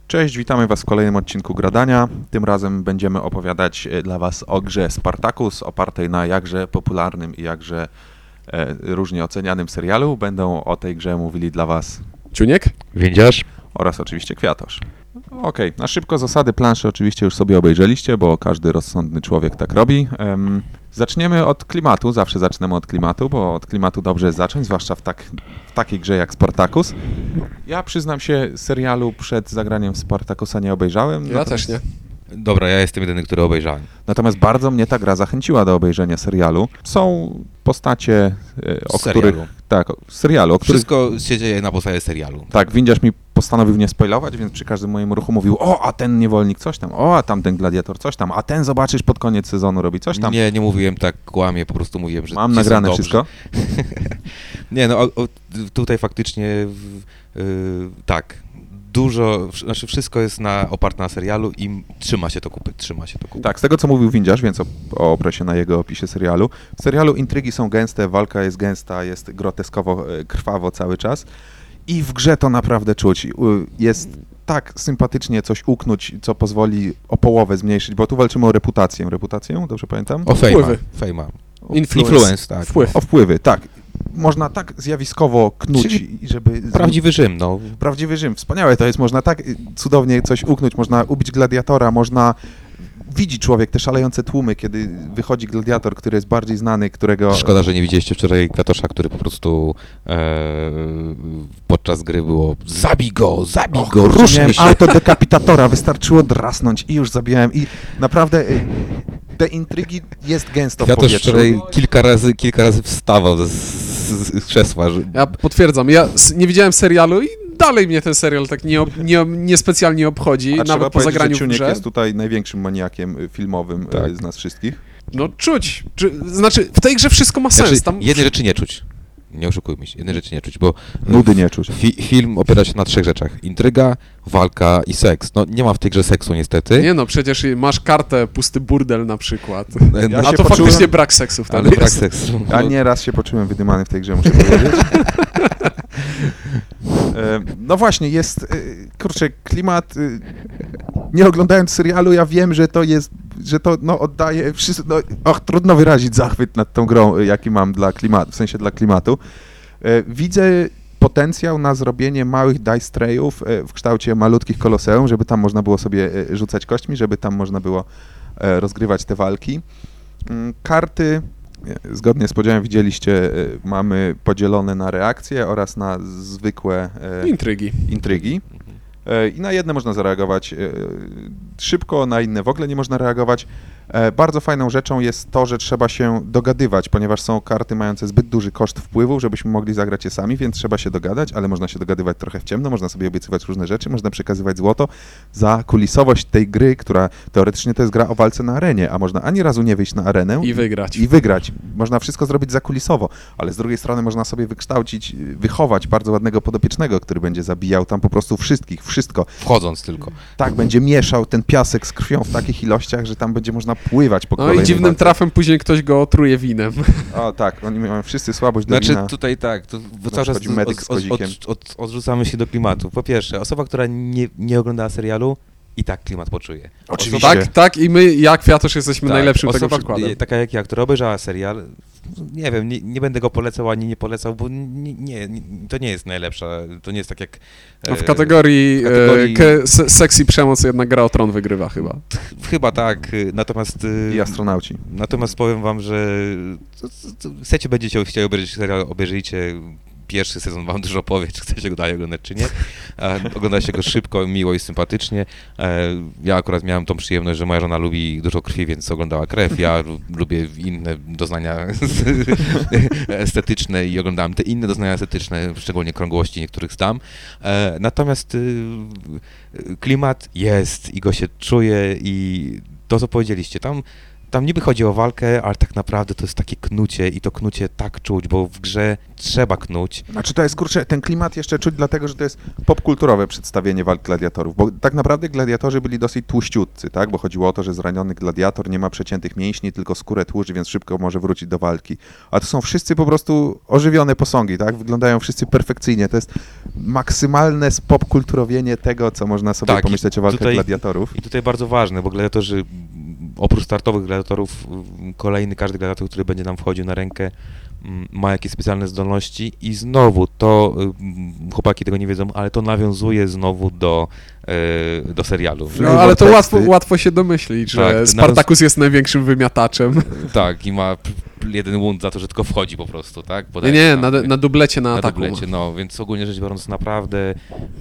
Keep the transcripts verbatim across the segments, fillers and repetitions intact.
Cześć, witamy Was w kolejnym odcinku Gradania. Tym razem będziemy opowiadać dla Was o grze Spartacus, opartej na jakże popularnym i jakże e, różnie ocenianym serialu. Będą o tej grze mówili dla Was Ciuniek, Windziarz oraz oczywiście Kwiatosz. Okej, na szybko zasady planszy oczywiście już sobie obejrzeliście, bo każdy rozsądny człowiek tak robi. Um, zaczniemy od klimatu, zawsze zaczniemy od klimatu, bo od klimatu dobrze jest zacząć, zwłaszcza w, tak, w takiej grze jak Spartacus. Ja przyznam się, serialu przed zagraniem Spartacusa nie obejrzałem. ja natomiast, też nie. Dobra, ja jestem jedyny, który obejrzałem. Natomiast bardzo mnie ta gra zachęciła do obejrzenia serialu. Są postacie, e, o Z serialu. których... Tak, z serialu, o których... Wszystko się dzieje na podstawie serialu. Tak, Windziarz mi postanowił nie spoilować, więc przy każdym moim ruchu mówił: o, a ten niewolnik coś tam, o, a tamten gladiator coś tam, a ten zobaczysz pod koniec sezonu robi coś tam. Nie, nie mówiłem tak, kłamie, po prostu mówiłem, że Mam ci są nagrane dobrzy. wszystko. Nie, no o, o, tutaj faktycznie w, y, tak, dużo, znaczy wszystko jest na, oparte na serialu i trzyma się to kupy, trzyma się to kupy. Tak, z tego co mówił Windziarz, więc oprę się na jego opisie serialu. W serialu intrygi są gęste, walka jest gęsta, jest groteskowo, e, krwawo cały czas. I w grze to naprawdę czuć. U- Jest tak sympatycznie coś uknąć, co pozwoli o połowę zmniejszyć, bo tu walczymy o reputację. Reputację, dobrze pamiętam? O fejma, Wpływy. fejma. Influence. Influence, tak. Wpływ. O wpływy, tak. Można tak zjawiskowo knuć, Czyli i żeby... Prawdziwy Rzym, no. Prawdziwy Rzym, wspaniałe to jest, można tak y, cudownie coś uknąć, można ubić gladiatora, można... Widzi człowiek te szalejące tłumy, kiedy wychodzi gladiator, który jest bardziej znany, którego... Szkoda, że nie widzieliście wczoraj Kwiatosza, który po prostu e, podczas gry było zabij go, zabij Och, go, kurczę, ruszmy miałem się. autodekapitatora, wystarczyło drasnąć i już zabijałem i naprawdę y, te intrygi jest gęsto w Kwiatosz powietrzu. wczoraj kilka razy, kilka razy wstawał z, z, z krzesła. Że... Ja potwierdzam, ja s- nie widziałem serialu i dalej mnie ten serial tak nie, ob- nie, niespecjalnie obchodzi, A trzeba nawet po powiedzieć, zagraniu że w Ciuniek grze. jest tutaj największym maniakiem y, filmowym y, Tak. z nas wszystkich. No czuć, Czy, znaczy w tej grze wszystko ma sens. Znaczy, Tam jednej rzeczy nie czuć. Nie oszukujmy się, jednej rzeczy nie czuć, bo Nudy nie czuć. fi, film opiera się na trzech rzeczach. Intryga, walka i seks. No nie ma w tej grze seksu niestety. Nie no, przecież masz kartę pusty burdel na przykład. Ja A się to poczułem- faktycznie brak seksu wtedy Ale brak jest. seksu. A nieraz się poczułem wydymany w tej grze, muszę powiedzieć. E, No właśnie, jest, e, kurczę, klimat, e, nie oglądając serialu, ja wiem, że to jest, że to no, oddaje, wszyscy, no, och, trudno wyrazić zachwyt nad tą grą, e, jaki mam dla klimatu, w sensie dla klimatu. E, Widzę potencjał na zrobienie małych dice trayów e, w kształcie malutkich koloseum, żeby tam można było sobie e, rzucać kośćmi, żeby tam można było e, rozgrywać te walki. Mm, Karty, e, zgodnie z podziałem widzieliście, e, mamy podzielone na reakcje oraz na zwykłe e, Intrygi. intrygi. E, I na jedne można zareagować e, szybko, na inne w ogóle nie można reagować. E, Bardzo fajną rzeczą jest to, że trzeba się dogadywać, ponieważ są karty mające zbyt duży koszt wpływów, żebyśmy mogli zagrać je sami, więc trzeba się dogadać, ale można się dogadywać trochę w ciemno, można sobie obiecywać różne rzeczy, można przekazywać złoto za kulisowość tej gry, która teoretycznie to jest gra o walce na arenie, a można ani razu nie wyjść na arenę I wygrać. i wygrać. Można wszystko zrobić zakulisowo, ale z drugiej strony można sobie wykształcić, wychować bardzo ładnego podopiecznego, który będzie zabijał tam po prostu wszystkich, wszystko. Wchodząc tylko. Tak, będzie mieszał ten piasek z krwią w takich ilościach, że tam będzie można pływać po No kolejnej i dziwnym walce. trafem później ktoś go otruje winem. O tak, oni mają wszyscy słabość do Znaczy wina. tutaj tak, to, bo cały czas przychodzi medyk z od, od, kozikiem. od, od, odrzucamy się do klimatu. Po pierwsze, osoba, która nie, nie oglądała serialu i tak klimat poczuje. Oczywiście. Tak, tak i my, jak Kwiatosz, jesteśmy Tak, najlepszym tego osoba, przykładem. taka jak ja, która obejrzała serial, nie wiem, nie, nie będę go polecał ani nie polecał, bo nie, nie, nie, to nie jest najlepsza, to nie jest tak jak... No w e, kategorii, w kategorii- E, ke, se, seks i przemoc jednak Gra o Tron wygrywa chyba. Chyba tak, y, natomiast... y, I astronauci. Natomiast powiem wam, że to, to, to chcecie, będziecie chcieli obejrzeć serial, obejrzyjcie. Pierwszy sezon wam dużo powie, czy chcecie go dalej oglądać, czy nie. E, ogląda się go szybko, miło i sympatycznie. E, ja akurat miałem tą przyjemność, że moja żona lubi dużo krwi, więc oglądała krew. Ja lu- lubię inne doznania estetyczne i oglądałem te inne doznania estetyczne, szczególnie krągłości niektórych zdam. E, natomiast y, klimat jest i go się czuje i to, co powiedzieliście, tam tam niby chodzi o walkę, ale tak naprawdę to jest takie knucie i to knucie tak czuć, bo w grze trzeba knuć. Znaczy to jest, kurczę, ten klimat jeszcze czuć dlatego, że to jest popkulturowe przedstawienie walk gladiatorów, bo tak naprawdę gladiatorzy byli dosyć tłuściutcy, tak, bo chodziło o to, że zraniony gladiator nie ma przeciętych mięśni, tylko skórę tłuszcz, więc szybko może wrócić do walki. A to są wszyscy po prostu ożywione posągi, tak, wyglądają wszyscy perfekcyjnie, to jest maksymalne spopkulturowienie tego, co można sobie Tak, pomyśleć o walkach tutaj- gladiatorów. I tutaj bardzo ważne, bo gladiatorzy, oprócz startowych gladiatorów, kolejny, każdy gladiator, który będzie nam wchodził na rękę, mm, ma jakieś specjalne zdolności i znowu to, mm, chłopaki tego nie wiedzą, ale to nawiązuje znowu do, e, do serialu. No ale to teksty. łatwo, łatwo się domyślić, że Tak, to Spartacus jest największym wymiataczem. Tak, i ma p- p- jeden łund za to, że tylko wchodzi po prostu, tak? Nie, Podaje nie, się na, tam, na dublecie, na, na ataku. dublecie, no, więc ogólnie rzecz biorąc naprawdę y,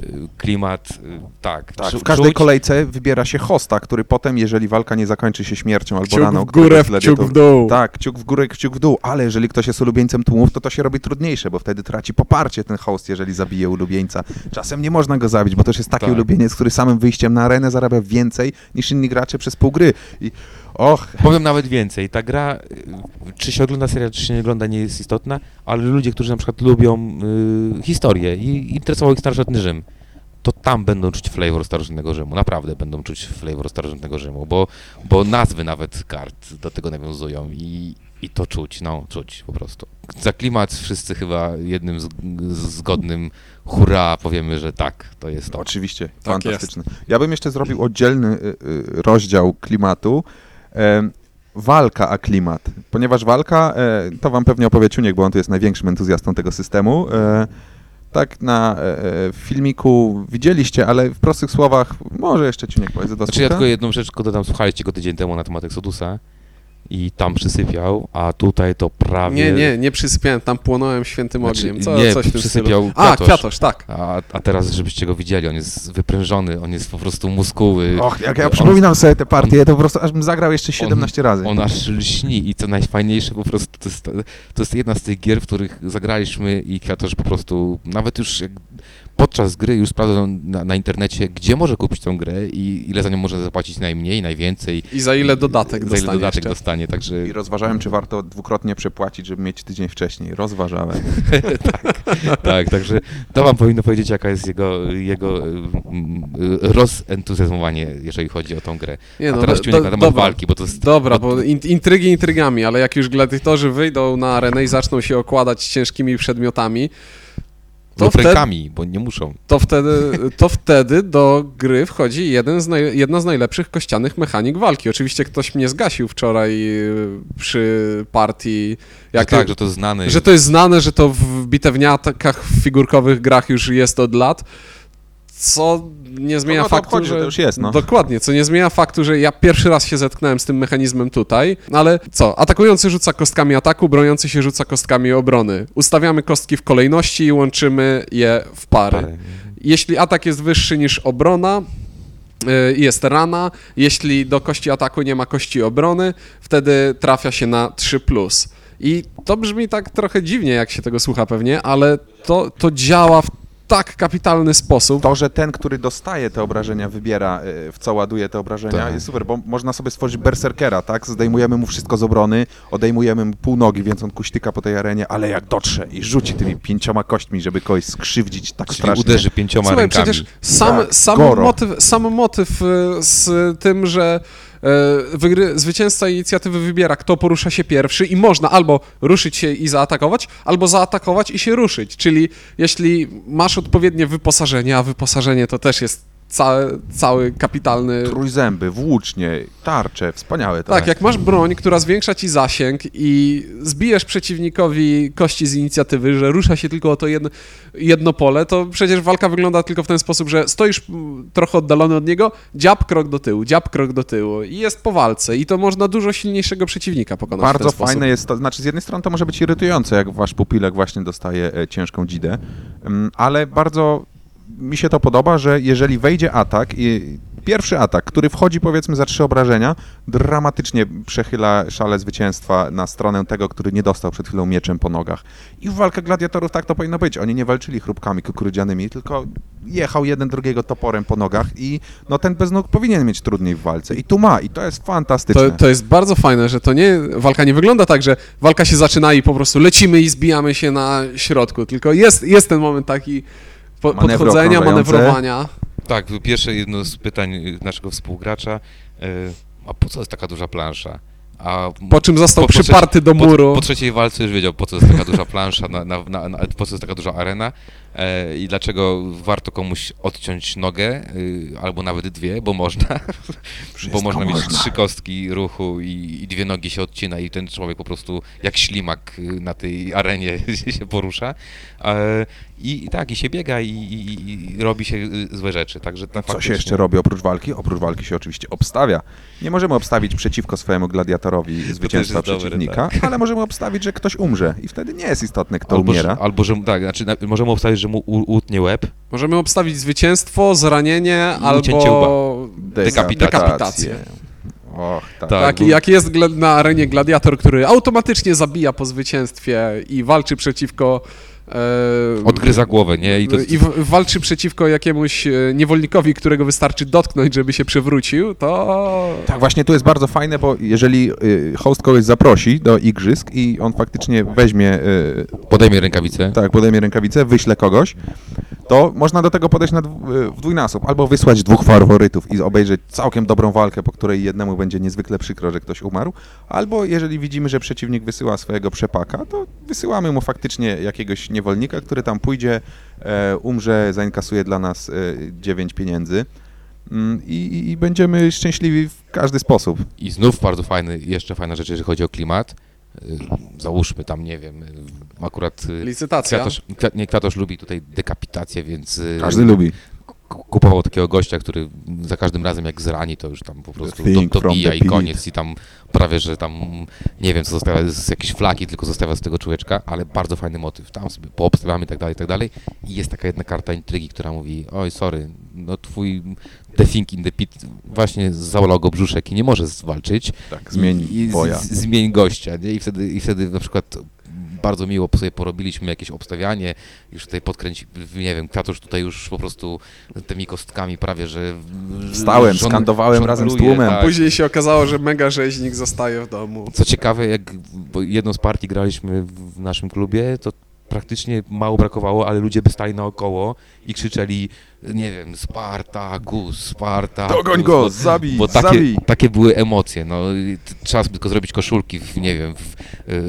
klimat, y, tak. Tak, czu- w każdej czuć- kolejce wybiera się hosta, który potem, jeżeli walka nie zakończy się śmiercią albo Kciuk raną... w górę, któregoś kciuk w gladiatorów- dół. Tak, kciuk w górę, kciuk w dół, ale jeżeli ktoś jest ulubieńcem tłumów, to to się robi trudniejsze, bo wtedy traci poparcie ten host, jeżeli zabije ulubieńca. Czasem nie można go zabić, bo to już jest taki Tak. ulubieniec, który samym wyjściem na arenę zarabia więcej niż inni gracze przez pół gry. I och, Powiem nawet więcej, ta gra, y, czy się ogląda serial, czy się nie ogląda, nie jest istotna, ale ludzie, którzy na przykład lubią y, historię i interesował ich starożytny Rzym, to tam będą czuć flavor starożytnego Rzymu, naprawdę będą czuć flavor starożytnego Rzymu, bo, bo nazwy nawet kart do tego nawiązują i, i to czuć, no, czuć po prostu. Za klimat wszyscy chyba jednym z, z zgodnym hurra powiemy, że tak, to jest to. oczywiście, Tak fantastyczne. Ja bym jeszcze zrobił oddzielny y, y, rozdział klimatu. Em, Walka a klimat, ponieważ walka, e, to wam pewnie opowie Ciuniek, bo on tu jest największym entuzjastą tego systemu. E, tak na e, e, filmiku widzieliście, ale w prostych słowach, może jeszcze Ciuniek powie do Znaczy ja tylko jedną rzecz tylko dodam, słuchaliście go tydzień temu na temat Exodusa i tam przysypiał, a tutaj to prawie... Nie, nie, nie przysypiałem, tam płonąłem świętym Znaczy, ogniem. Co, nie, coś w tym przysypiał stylu. A, Kwiatosz. Kwiatosz, tak. A, a teraz, żebyście go widzieli, on jest wyprężony, on jest po prostu muskuły. Och, jak ja on, przypominam sobie te partie, to po prostu aż bym zagrał jeszcze siedemnaście razy. On aż lśni i co najfajniejsze po prostu, to jest, to jest jedna z tych gier, w których zagraliśmy i Kwiatosz po prostu, nawet już jak podczas gry już sprawdzał na, na internecie, gdzie może kupić tą grę i ile za nią może zapłacić najmniej, najwięcej. I za ile dodatek za ile dostanie dodatek jeszcze. dostanie, także I rozważałem, czy warto dwukrotnie przepłacić, żeby mieć tydzień wcześniej. Rozważałem. tak, także to wam powinno powiedzieć, jaka jest jego, jego y, y, rozentuzjazmowanie, jeżeli chodzi o tą grę. Nie, A no, teraz do- Ciunek na temat dobra. walki, bo to jest... Dobra, bo- bo in, intrygi intrygami, ale jak już gladiatorzy wyjdą na arenę i zaczną się okładać ciężkimi przedmiotami, to lub wtedy, rękami, bo nie muszą. to, wtedy, to wtedy do gry wchodzi jeden z naj, jedna z najlepszych kościanych mechanik walki. Oczywiście ktoś mnie zgasił wczoraj y, przy partii. Jak, że tak, że to znane że to jest znane, że to w bitewniakach, w figurkowych grach już jest od lat, co nie zmienia No, no to faktu, obchodzi, że że... to już jest, no. Dokładnie, co nie zmienia faktu, że ja pierwszy raz się zetknąłem z tym mechanizmem tutaj, ale co, atakujący rzuca kostkami ataku, broniący się rzuca kostkami obrony. Ustawiamy kostki w kolejności i łączymy je w pary. Parę. Jeśli atak jest wyższy niż obrona, y, jest rana. Jeśli do kości ataku nie ma kości obrony, wtedy trafia się na trzy plus. I to brzmi tak trochę dziwnie, jak się tego słucha pewnie, ale to, to działa w tak kapitalny sposób. To, że ten, który dostaje te obrażenia, wybiera, y, w co ładuje te obrażenia, Tak. jest super, bo można sobie stworzyć berserkera, tak? Zdejmujemy mu wszystko z obrony, odejmujemy mu pół nogi, więc on kuśtyka po tej arenie, ale jak dotrze i rzuci tymi pięcioma kośćmi, żeby kogoś skrzywdzić tak Czyli strasznie. uderzy pięcioma Słuchaj, rękami. przecież sam, Tak, sam, Goro. motyw, sam motyw y, z tym, że e, wygry, zwycięzca inicjatywy wybiera, kto porusza się pierwszy i można albo ruszyć się i zaatakować, albo zaatakować i się ruszyć. Czyli jeśli masz odpowiednie wyposażenie, a wyposażenie to też jest cały, cały kapitalny... Trójzęby, włócznie, tarcze, wspaniałe to Tak, jest. jak masz broń, która zwiększa ci zasięg i zbijesz przeciwnikowi kości z inicjatywy, że rusza się tylko o to jedno, jedno pole, to przecież walka wygląda tylko w ten sposób, że stoisz mm, trochę oddalony od niego, dziab krok do tyłu, dziab krok do tyłu i jest po walce i to można dużo silniejszego przeciwnika pokonać w Bardzo ten sposób. fajne jest to, znaczy z jednej strony to może być irytujące, jak wasz pupilek właśnie dostaje e, ciężką dzidę, mm, ale bardzo mi się to podoba, że jeżeli wejdzie atak i Pierwszy atak, który wchodzi powiedzmy za trzy obrażenia, dramatycznie przechyla szale zwycięstwa na stronę tego, który nie dostał przed chwilą mieczem po nogach. I w walkach gladiatorów tak to powinno być. Oni nie walczyli chrupkami kukurydzianymi, tylko jechał jeden drugiego toporem po nogach i no ten bez nóg powinien mieć trudniej w walce. I tu ma, i to jest fantastyczne. To, to jest bardzo fajne, że to nie, walka nie wygląda tak, że walka się zaczyna i po prostu lecimy i zbijamy się na środku, tylko jest, jest ten moment taki po, Manewry podchodzenia, okrążające. manewrowania. Tak, pierwsze jedno z pytań naszego współgracza, e, a po co jest taka duża plansza? A Po czym został po- po przyparty do po, muru. po trzeciej walce już wiedział, po co jest taka duża plansza, na, na, na, na, po co jest taka duża arena e, i dlaczego warto komuś odciąć nogę, y, albo nawet dwie, bo można, bo można mieć można. trzy kostki ruchu i, i dwie nogi się odcina i ten człowiek po prostu jak ślimak y, na tej arenie się porusza. E, i, I tak, i się biega i, i, i robi się y, złe rzeczy, także tam Co się faktycznie- jeszcze robi oprócz walki? Oprócz walki się oczywiście obstawia. Nie możemy obstawić przeciwko swojemu gladiatorowi zwycięstwa jest dobre, przeciwnika, ale możemy obstawić, że ktoś umrze i wtedy nie jest istotne, kto Albo, umiera. że, albo, że tak, znaczy na, możemy obstawić, że mu u, utnie łeb. Możemy obstawić zwycięstwo, zranienie I ucięcie albo Dekapitację. dekapitację. Och, tak. Tak. Tak, i jak jest gla- na arenie gladiator, który automatycznie zabija po zwycięstwie i walczy przeciwko... E, Odgryza głowę, nie? I to, I w, walczy przeciwko jakiemuś e, niewolnikowi, którego wystarczy dotknąć, żeby się przewrócił, to... Tak, właśnie tu jest bardzo fajne, bo jeżeli y, host kogoś zaprosi do igrzysk i on faktycznie weźmie, y, podejmie rękawicę. tak, podejmie rękawicę, wyśle kogoś, to można do tego podejść na dw- y, w dwójnasób, albo wysłać dwóch faworytów i obejrzeć całkiem dobrą walkę, po której jednemu będzie niezwykle przykro, że ktoś umarł, albo jeżeli widzimy, że przeciwnik wysyła swojego przepaka, to wysyłamy mu faktycznie jakiegoś niewolnika, który tam pójdzie, e, umrze, zainkasuje dla nas e, dziewięć pieniędzy. Mm, I, I będziemy szczęśliwi w każdy sposób. I znów bardzo fajny, jeszcze fajna rzecz, jeżeli chodzi o klimat. Y, Załóżmy tam, nie wiem, y, akurat y, Licytacja. Kwiatosz, Kwi- nie, Kwiatosz lubi tutaj dekapitację, więc y, Każdy lubi. ku- kupował takiego gościa, który za każdym razem jak zrani, to już tam po prostu do, thing from dobija the i pit. koniec i tam prawie, że tam nie wiem co zostawia z jakiejś flaki, tylko zostawia z tego człowieczka, ale bardzo fajny motyw. Tam sobie poobstawiamy i tak dalej, i tak dalej. I jest taka jedna karta intrygi, która mówi, oj sorry, no twój The Thing in the Pit właśnie zaolał go brzuszek i nie może zwalczyć. Tak, zmień I, i boja. z, zmień gościa, nie? I wtedy, i wtedy na przykład bardzo miło sobie porobiliśmy jakieś obstawianie, już tutaj podkręci, nie wiem, Kwiatusz tutaj już po prostu tymi kostkami prawie, że... Wstałem, żon- skandowałem razem z żongluje, tłumem. tak. Później się okazało, że mega rzeźnik zostaje w domu. Co ciekawe, jak bo jedną z partii graliśmy w naszym klubie, to praktycznie mało brakowało, ale ludzie by stali naokoło i krzyczeli, nie wiem, Spartakus, Spartakus. Dogoń go, zabij, Bo takie, zabij. takie były emocje, no i t- trzeba sobie tylko zrobić koszulki, w, nie wiem, w,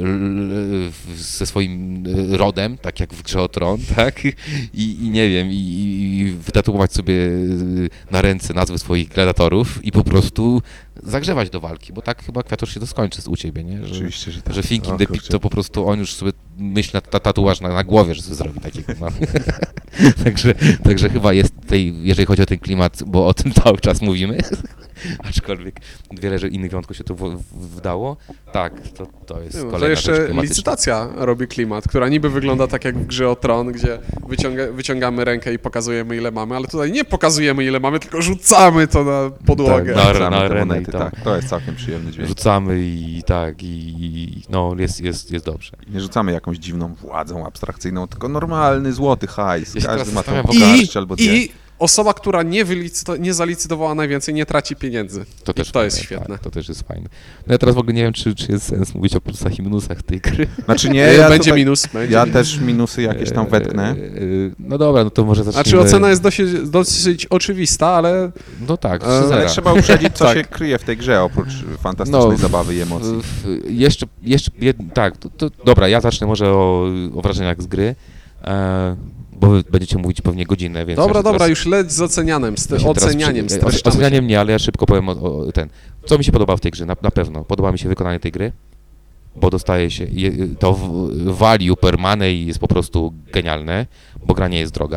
l- w, ze swoim y, rodem, tak jak w Grze o Tron, tak, i, i nie wiem, i, i i wytatuować sobie y, na ręce nazwy swoich gladiatorów i po prostu zagrzewać do walki, bo tak chyba Kwiatusz się to skończy u ciebie, nie? Że, Oczywiście, że tak. że Think in O, the Pit kurczę. to po prostu on już sobie myśli na ta, tatuaż na, na głowie, że sobie zrobi takiego. No. także, także chyba jest tej, jeżeli chodzi o ten klimat, bo o tym cały czas mówimy, aczkolwiek wiele że innych wątków się tu w, w, wdało, tak, to, to jest No, kolejna to rzecz jeszcze klimatyczna. licytacja robi klimat, która niby wygląda tak jak w Grze o Tron, gdzie wyciąga, wyciągamy rękę i pokazujemy ile mamy, ale tutaj nie pokazujemy ile mamy, tylko rzucamy to na podłogę. Tak, na- Rzucamy te arenę monety, i tam. tak, to jest całkiem przyjemny dźwięk. Rzucamy i tak, i, i no jest, jest, jest dobrze. Nie rzucamy jakąś dziwną władzą abstrakcyjną, tylko normalny złoty hajs. Ja się Każdy teraz ma tą zastanawiam, I, garść albo dwie. I osoba, która nie, wylicyto, nie zalicytowała najwięcej, nie traci pieniędzy. To I też to fajne, jest świetne. Tak, to też jest fajne. No ja teraz w ogóle nie wiem, czy, czy jest sens mówić o plusach i minusach tej gry. Znaczy nie, E, ja, będzie tutaj, minus. Będzie ja minus. też minusy jakieś tam wetknę. Eee, No dobra, no to może zacznijmy. Znaczy ocena jest dosyć, dosyć oczywista, ale No tak, E, trzy Ale zera. trzeba uprzedzić, co Tak. się kryje w tej grze, oprócz fantastycznej No, w- zabawy i emocji. W, w, jeszcze, jeszcze jed, tak, to, to, dobra, ja zacznę może o, o wrażeniach z gry, e, bo wy będziecie mówić pewnie godzinę, więc... dobra, ja się dobra, teraz, już leć z ocenianiem, z ja się teraz ocenianiem, przy- streszczamy o- Ocenianiem się. nie, ale ja szybko powiem o, o ten. Co mi się podoba w tej grze, na, na pewno. Podoba mi się wykonanie tej gry, bo dostaje się, je, to w- value per money jest po prostu genialne, bo gra nie jest droga.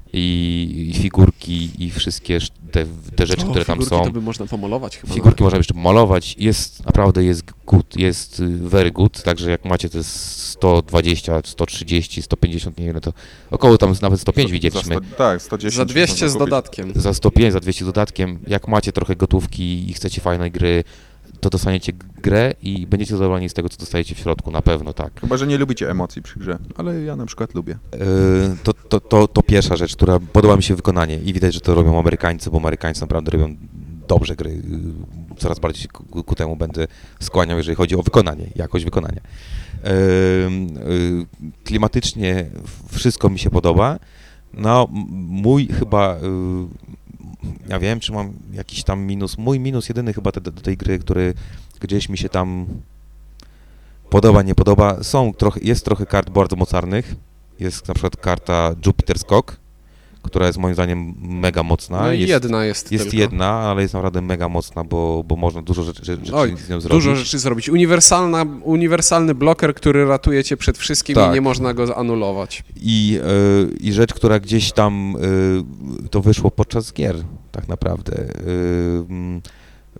i, i figurki i wszystkie sz- te, te rzeczy, O, które tam figurki są. to by można pomalować chyba. Figurki można jeszcze malować, jest naprawdę jest good, jest y, very good, także jak macie te sto dwadzieścia, sto trzydzieści, sto pięćdziesiąt, nie wiem, to około tam nawet sto pięć Za widzieliśmy. sto, tak, sto dziesięć. Za dwieście można z kupić. dodatkiem. Za sto pięć, za dwieście z dodatkiem, jak macie trochę gotówki i chcecie fajnej gry, to dostaniecie g- grę i będziecie zadowoleni z tego, co dostajecie w środku, na pewno, tak. Chyba, że nie lubicie emocji przy grze, ale ja na przykład lubię. Yy, to, to, to, to pierwsza rzecz, która podoba mi się wykonanie i widać, że to robią Amerykańcy, bo Amerykańcy naprawdę robią dobrze gry. Yy, Coraz bardziej się ku, ku temu będę skłaniał, jeżeli chodzi o wykonanie, jakość wykonania. Yy, yy, klimatycznie wszystko mi się podoba. No, m- mój chyba, yy, ja wiem, czy mam jakiś tam minus, mój minus jedyny chyba te, do tej gry, który gdzieś mi się tam podoba, nie podoba, są trochę, jest trochę kart bardzo mocarnych. Jest na przykład karta Jupiter Skok, która jest moim zdaniem mega mocna. No i jest, jedna jest jest tylko. jedna, ale jest naprawdę mega mocna, bo, bo można dużo rzeczy, rzeczy Oj, z nią zrobić. Dużo rzeczy zrobić. Uniwersalna, uniwersalny bloker, który ratuje cię przed wszystkim Tak. i nie można go anulować. I, y, I rzecz, która gdzieś tam y, to wyszło podczas gier, tak naprawdę. Y, mm, y,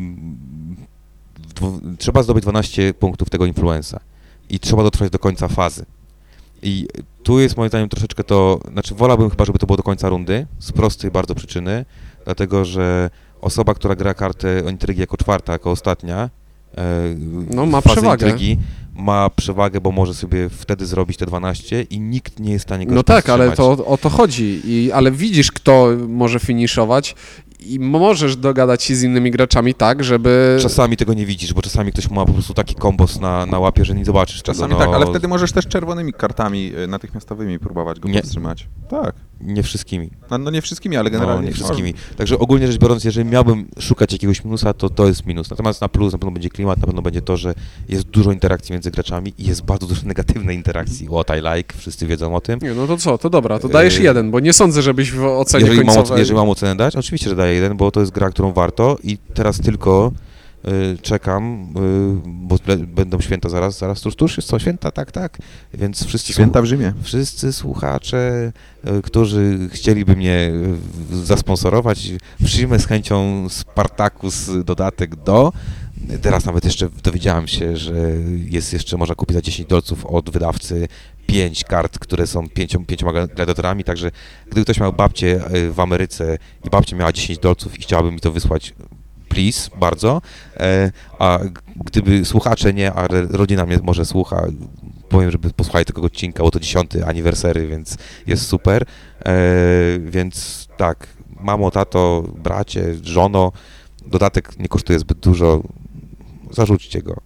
w dwu, trzeba zdobyć dwanaście punktów tego influenza i trzeba dotrwać do końca fazy. I tu jest moim zdaniem troszeczkę to, znaczy wolałbym chyba, żeby to było do końca rundy, z prostej bardzo przyczyny, dlatego że osoba, która gra kartę intrygi jako czwarta, jako ostatnia, e, No, ma w fazie przewagę. intrygi, ma przewagę, bo może sobie wtedy zrobić te dwanaście i nikt nie jest w stanie go No tak, ale powstrzymać. to o to chodzi. I, ale widzisz, kto może finiszować i możesz dogadać się z innymi graczami tak, żeby... Czasami tego nie widzisz, bo czasami ktoś ma po prostu taki kombos na, na łapie, że nie zobaczysz Czasami tego. No, tak, ale wtedy możesz też czerwonymi kartami y, natychmiastowymi próbować go Nie. powstrzymać. Tak. Nie wszystkimi. No, no nie wszystkimi, ale generalnie. No, nie wszystkimi. Także ogólnie rzecz biorąc, jeżeli miałbym szukać jakiegoś minusa, to to jest minus. Natomiast na plus na pewno będzie klimat, na pewno będzie to, że jest dużo interakcji między graczami i jest bardzo dużo negatywnej interakcji. What I like, wszyscy wiedzą o tym. Nie, no to co, to dobra, to dajesz Yy, jeden, bo nie sądzę, żebyś w ocenie Jeżeli mam, końcowej... jeżeli mam ocenę dać, oczywiście, że daję jeden, bo to jest gra, którą warto i teraz tylko y, czekam, y, bo ble- będą święta zaraz, zaraz tuż, tuż jest co, święta, tak, tak, więc wszyscy Święta w Rzymie. Wszyscy słuchacze, y, którzy chcieliby mnie y, zasponsorować, przyjmę z chęcią Spartacus dodatek do. Teraz nawet jeszcze dowiedziałem się, że jest jeszcze, można kupić za dziesięć dolców od wydawcy pięć kart, które są pięcią, pięcioma gladiatorami, także gdyby ktoś miał babcię y, w Ameryce i babcia miała dziesięć dolców i chciałaby mi to wysłać, please, bardzo, e, a g- gdyby słuchacze nie, ale rodzina mnie może słucha, powiem, żeby posłuchali tego odcinka, bo to dziesiąty aniversary, więc jest super, e, więc tak, mamo, tato, bracie, żono, dodatek nie kosztuje zbyt dużo, zarzućcie go.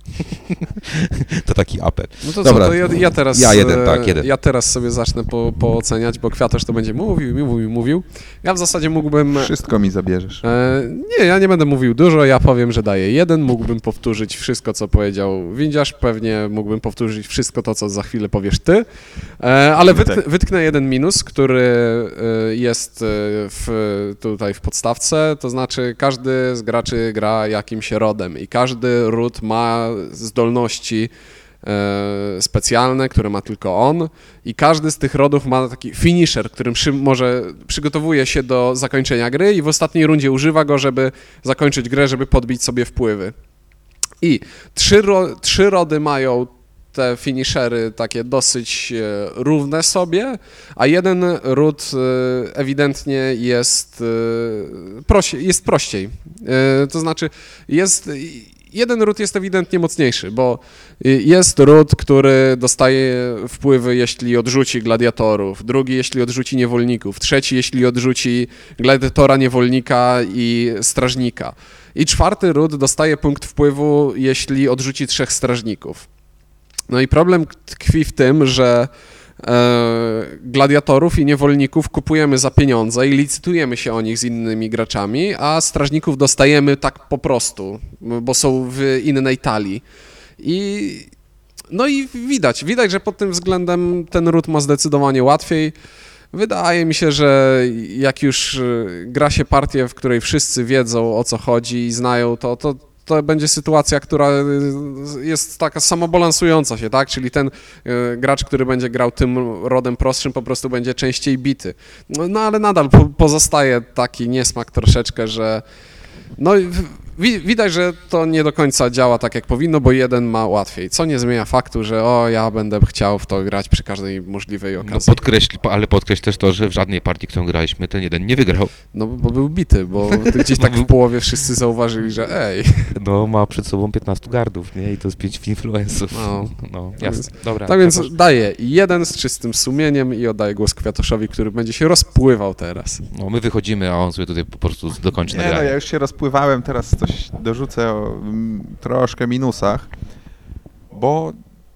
To taki apel. No to Dobra, co, to ja, ja teraz... ja jeden, e, tak, jeden. Ja teraz sobie zacznę po, pooceniać, bo Kwiatosz to będzie mówił, mówił, mówił. Ja w zasadzie mógłbym... Wszystko mi zabierzesz. E, nie, ja nie będę mówił dużo, ja powiem, że daję jeden, mógłbym powtórzyć wszystko, co powiedział Windziarz, pewnie mógłbym powtórzyć wszystko to, co za chwilę powiesz ty, e, ale wytknę, wytknę jeden minus, który e, jest e, w, tutaj w podstawce, to znaczy każdy z graczy gra jakimś rodem i każdy ród ma zdolności e, specjalne, które ma tylko on i każdy z tych rodów ma taki finisher, którym przy, może przygotowuje się do zakończenia gry i w ostatniej rundzie używa go, żeby zakończyć grę, żeby podbić sobie wpływy. I trzy, ro, trzy rody mają te finishery takie dosyć e, równe sobie, a jeden ród e, ewidentnie jest, e, prosi, jest prościej. E, to znaczy jest... Jeden ród jest ewidentnie mocniejszy, bo jest ród, który dostaje wpływy, jeśli odrzuci gladiatorów, drugi, jeśli odrzuci niewolników, trzeci, jeśli odrzuci gladiatora, niewolnika i strażnika. I czwarty ród dostaje punkt wpływu, jeśli odrzuci trzech strażników. No i problem tkwi w tym, że e, gladiatorów i niewolników kupujemy za pieniądze i licytujemy się o nich z innymi graczami, a strażników dostajemy tak po prostu, bo są w innej talii. I, no i widać, widać, że pod tym względem ten ród ma zdecydowanie łatwiej. Wydaje mi się, że jak już gra się partię, w której wszyscy wiedzą, o co chodzi i znają to, to to będzie sytuacja, która jest taka samobalansująca się, tak? Czyli ten y, gracz, który będzie grał tym rodem prostszym, po prostu będzie częściej bity. No, no ale nadal po, pozostaje taki niesmak troszeczkę, że no wi- widać, że to nie do końca działa tak, jak powinno, bo jeden ma łatwiej, co nie zmienia faktu, że o, ja będę chciał w to grać przy każdej możliwej No okazji. podkreśl, ale podkreśl też to, że w żadnej partii, którą graliśmy, ten jeden nie wygrał. No bo był bity, bo gdzieś tak w połowie wszyscy zauważyli, że ej. No ma przed sobą piętnastu gardów, nie? I to z pięć influenców. No. No, Tak jasne. więc- Dobra. Tak więc przepraszam. daję jeden z czystym sumieniem i oddaję głos Kwiatoszowi, który będzie się rozpływał teraz. No my wychodzimy, a on sobie tutaj po prostu dokończy Nie, no nagranie. ja już się rozpływałem, teraz coś dorzucę o mm, troszkę minusach, bo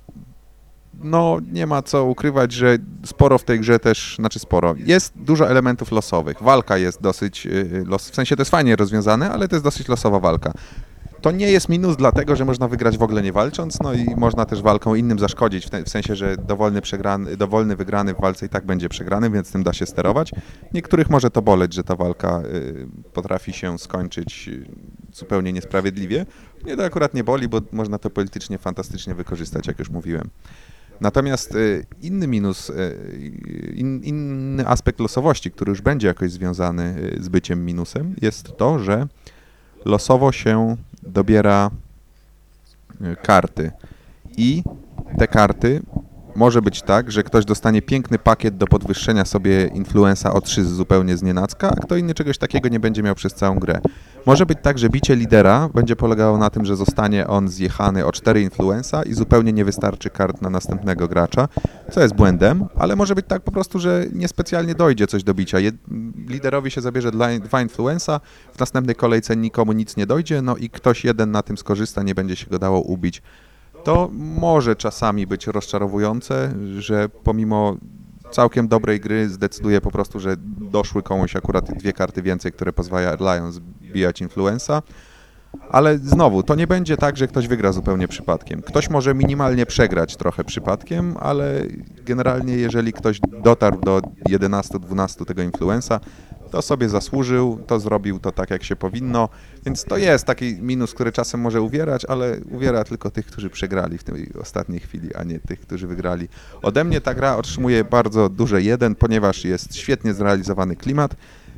no nie ma co ukrywać, że sporo w tej grze też, znaczy sporo, jest dużo elementów losowych. Walka jest dosyć, y, los, w sensie to jest fajnie rozwiązane, ale to jest dosyć losowa walka. To nie jest minus dlatego, że można wygrać w ogóle nie walcząc, no i można też walką innym zaszkodzić, w, te, w sensie, że dowolny, przegrany, dowolny wygrany w walce i tak będzie przegrany, więc tym da się sterować. Niektórych może to boleć, że ta walka y, potrafi się skończyć y, zupełnie niesprawiedliwie. Mnie to akurat nie boli, bo można to politycznie fantastycznie wykorzystać, jak już mówiłem. Natomiast y, inny minus, y, in, inny aspekt losowości, który już będzie jakoś związany y, z byciem minusem, jest to, że losowo się dobiera y, karty i te karty może być tak, że ktoś dostanie piękny pakiet do podwyższenia sobie influenza o trzy zupełnie znienacka, a kto inny czegoś takiego nie będzie miał przez całą grę. Może być tak, że bicie lidera będzie polegało na tym, że zostanie on zjechany o cztery influenza i zupełnie nie wystarczy kart na następnego gracza, co jest błędem, ale może być tak po prostu, że niespecjalnie dojdzie coś do bicia. Jed liderowi się zabierze dla, dwa influenza, w następnej kolejce nikomu nic nie dojdzie, no i ktoś jeden na tym skorzysta, nie będzie się go dało ubić. To może czasami być rozczarowujące, że pomimo całkiem dobrej gry zdecyduje po prostu, że doszły komuś akurat dwie karty więcej, które pozwalają zbijać influenza. Ale znowu, to nie będzie tak, że ktoś wygra zupełnie przypadkiem. Ktoś może minimalnie przegrać trochę przypadkiem, ale generalnie jeżeli ktoś dotarł do jedenastu dwunastu tego influenza, to sobie zasłużył, to zrobił to tak, jak się powinno, więc to jest taki minus, który czasem może uwierać, ale uwiera tylko tych, którzy przegrali w tej ostatniej chwili, a nie tych, którzy wygrali. Ode mnie ta gra otrzymuje bardzo duże jeden, ponieważ jest świetnie zrealizowany klimat,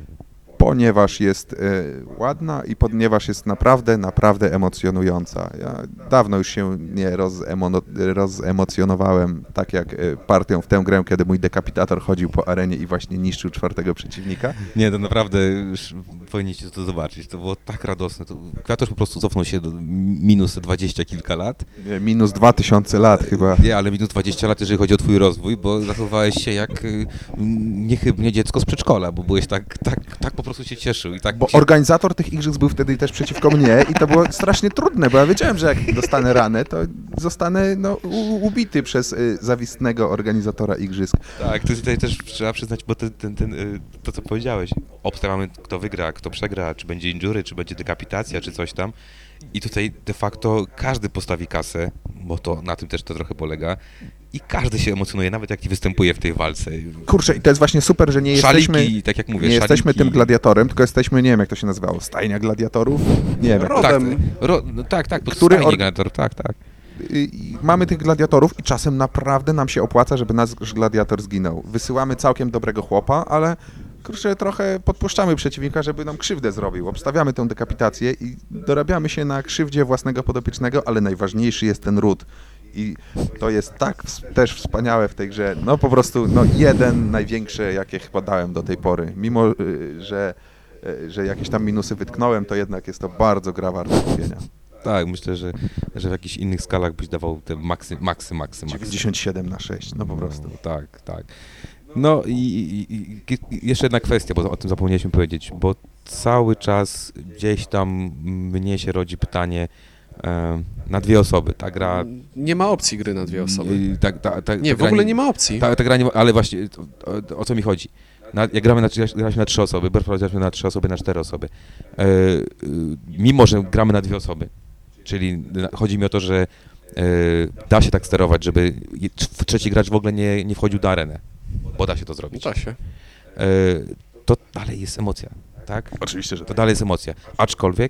ponieważ jest e, ładna i ponieważ jest naprawdę, naprawdę emocjonująca. Ja dawno już się nie rozemo- rozemocjonowałem tak jak e, partią w tę grę, kiedy mój dekapitator chodził po arenie i właśnie niszczył czwartego przeciwnika. Nie, to naprawdę już powinniście to zobaczyć. To było tak radosne. To Kwiatosz po prostu cofnął się do minus dwadzieścia kilka lat. Nie, minus dwa tysiące lat chyba. Nie, ale minus dwadzieścia lat, jeżeli chodzi o twój rozwój, bo zachowałeś się jak y, niechybnie dziecko z przedszkola, bo byłeś tak, tak, tak po prostu się cieszył i tak... Bo się... organizator tych igrzysk był wtedy też przeciwko mnie i to było strasznie trudne, bo ja wiedziałem, że jak dostanę ranę, to zostanę no, u- ubity przez y, zawistnego organizatora igrzysk. Tak, to tutaj też trzeba przyznać, bo ten, ten, ten, y, to co powiedziałeś, obstawiamy kto wygra, kto przegra, czy będzie injury, czy będzie dekapitacja, czy coś tam. I tutaj de facto każdy postawi kasę, bo to na tym też to trochę polega. I każdy się emocjonuje, nawet jak nie występuje w tej walce. Kurczę, i to jest właśnie super, że nie jesteśmy, Szaliki, tak jak mówię, nie jesteśmy szaliki. tym gladiatorem, tylko jesteśmy, nie wiem jak to się nazywało, stajnia gladiatorów? Nie wiem. jak to- Tak, Rodem. ro, no, tak, tak, Który Który or- gladiator, tak, tak. I- i mamy tych gladiatorów i czasem naprawdę nam się opłaca, żeby nasz gladiator zginął. Wysyłamy całkiem dobrego chłopa, ale kurczę, trochę podpuszczamy przeciwnika, żeby nam krzywdę zrobił. Obstawiamy tę dekapitację i dorabiamy się na krzywdzie własnego podopiecznego, ale najważniejszy jest ten ród. I to jest tak ws- też wspaniałe w tej grze. No po prostu no jeden największy, jakie chyba dałem do tej pory. Mimo, y, że, y, że jakieś tam minusy wytknąłem, to jednak jest to bardzo gra warta kupienia. Tak, myślę, że, że w jakichś innych skalach byś dawał te maksy, maksy, maksy, maksy. dziewięćdziesiąt siedem na sześć, no po prostu. No, tak, tak. No i, i, i i jeszcze jedna kwestia, bo o tym zapomnieliśmy powiedzieć, bo cały czas gdzieś tam mnie się rodzi pytanie e, na dwie osoby. Ta gra... Nie ma opcji gry na dwie osoby. y, Ta, ta, ta, Nie, ta w gra ogóle nie ma opcji. Ta, ta gra nie ma, ale właśnie o, o co mi chodzi? Na, jak gramy na, graliśmy na trzy osoby, graliśmy na trzy osoby, na cztery osoby. E, y, mimo, że gramy na dwie osoby, czyli na, chodzi mi o to, że e, da się tak sterować, żeby je- tr- trzeci gracz w ogóle nie, nie wchodził do areny, bo da się to zrobić. Da się. E, to dalej jest emocja, tak? Oczywiście, że To dalej jest emocja. Aczkolwiek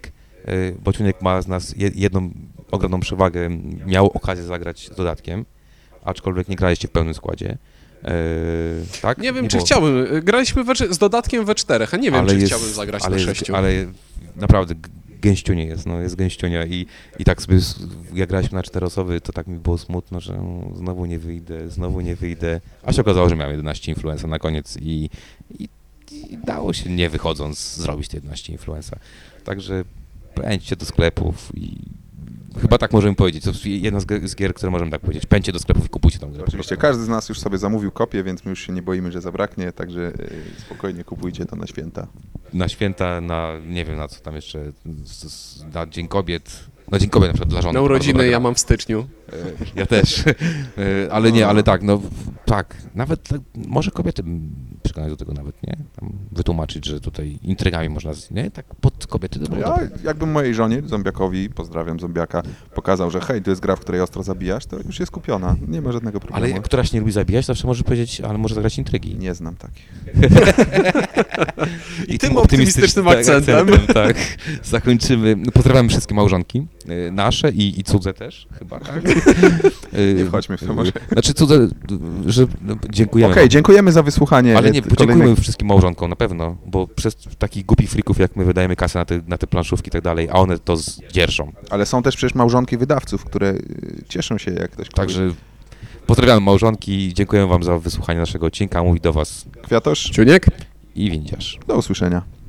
y, bo Ciuniek ma z nas je, jedną ogromną przewagę, miał okazję zagrać z dodatkiem, aczkolwiek nie graliście w pełnym składzie. Yy, tak? Nie wiem, nie czy było. chciałbym. Graliśmy we, z dodatkiem we czterech, a nie wiem, Ale czy jest- chciałbym zagrać ale na jest, sześciu. Ale naprawdę g- gęściunie jest, no jest gęściunia i, i tak sobie, s- jak graliśmy na cztery osoby, to tak mi było smutno, że no, znowu nie wyjdę, znowu nie wyjdę, a się okazało, że miałem jedenaście influenza na koniec i, i, i dało się nie wychodząc zrobić te jedenaście influenza. Także pędźcie do sklepów i chyba tak możemy powiedzieć, to jest jedna z, g- z gier, które możemy tak powiedzieć, pędźcie do sklepów i kupujcie tą grę. Oczywiście każdy z nas już sobie zamówił kopię, więc my już się nie boimy, że zabraknie, także y, spokojnie kupujcie to na święta. Na święta, na nie wiem na co tam jeszcze, s- s- na Dzień Kobiet, na Dzień Kobiet na przykład dla żony. Na bardzo urodziny dobra ja gra. mam w styczniu. E, Ja też, E, ale nie, ale tak, no w- tak, nawet tak, może kobiety m, przekonać do tego nawet, nie? Tam wytłumaczyć, że tutaj intrygami można, z- nie? Tak pod kobiety to było Ja dobre. jakbym mojej żonie, zombiakowi, pozdrawiam zombiaka, pokazał, że hej, to jest gra, w której ostro zabijasz, to już jest kupiona, nie ma żadnego Ale problemu. jak któraś nie lubi zabijać, zawsze może powiedzieć, ale może zagrać intrygi. Nie znam takich. I tym optymistycznym akcentem. tak, zakończymy. No, pozdrawiam wszystkie małżonki, e, nasze i, i cudze też, chyba, tak? E, Nie wchodźmy w to może. Znaczy cudze, że no, dziękujemy. Okej, wam. dziękujemy za wysłuchanie. Ale e, nie, kolejnej- podziękujemy wszystkim małżonkom, na pewno, bo przez takich głupi frików jak my wydajemy kasę na te, na te planszówki i tak dalej, a one to zdzierżą. Ale są też przecież małżonki wydawców, które y, cieszą się, jak ktoś kupuje. Także pozdrawiamy małżonki, dziękuję wam za wysłuchanie naszego odcinka, mówi do was Kwiatosz, Ciuniek? i windziarz. do usłyszenia.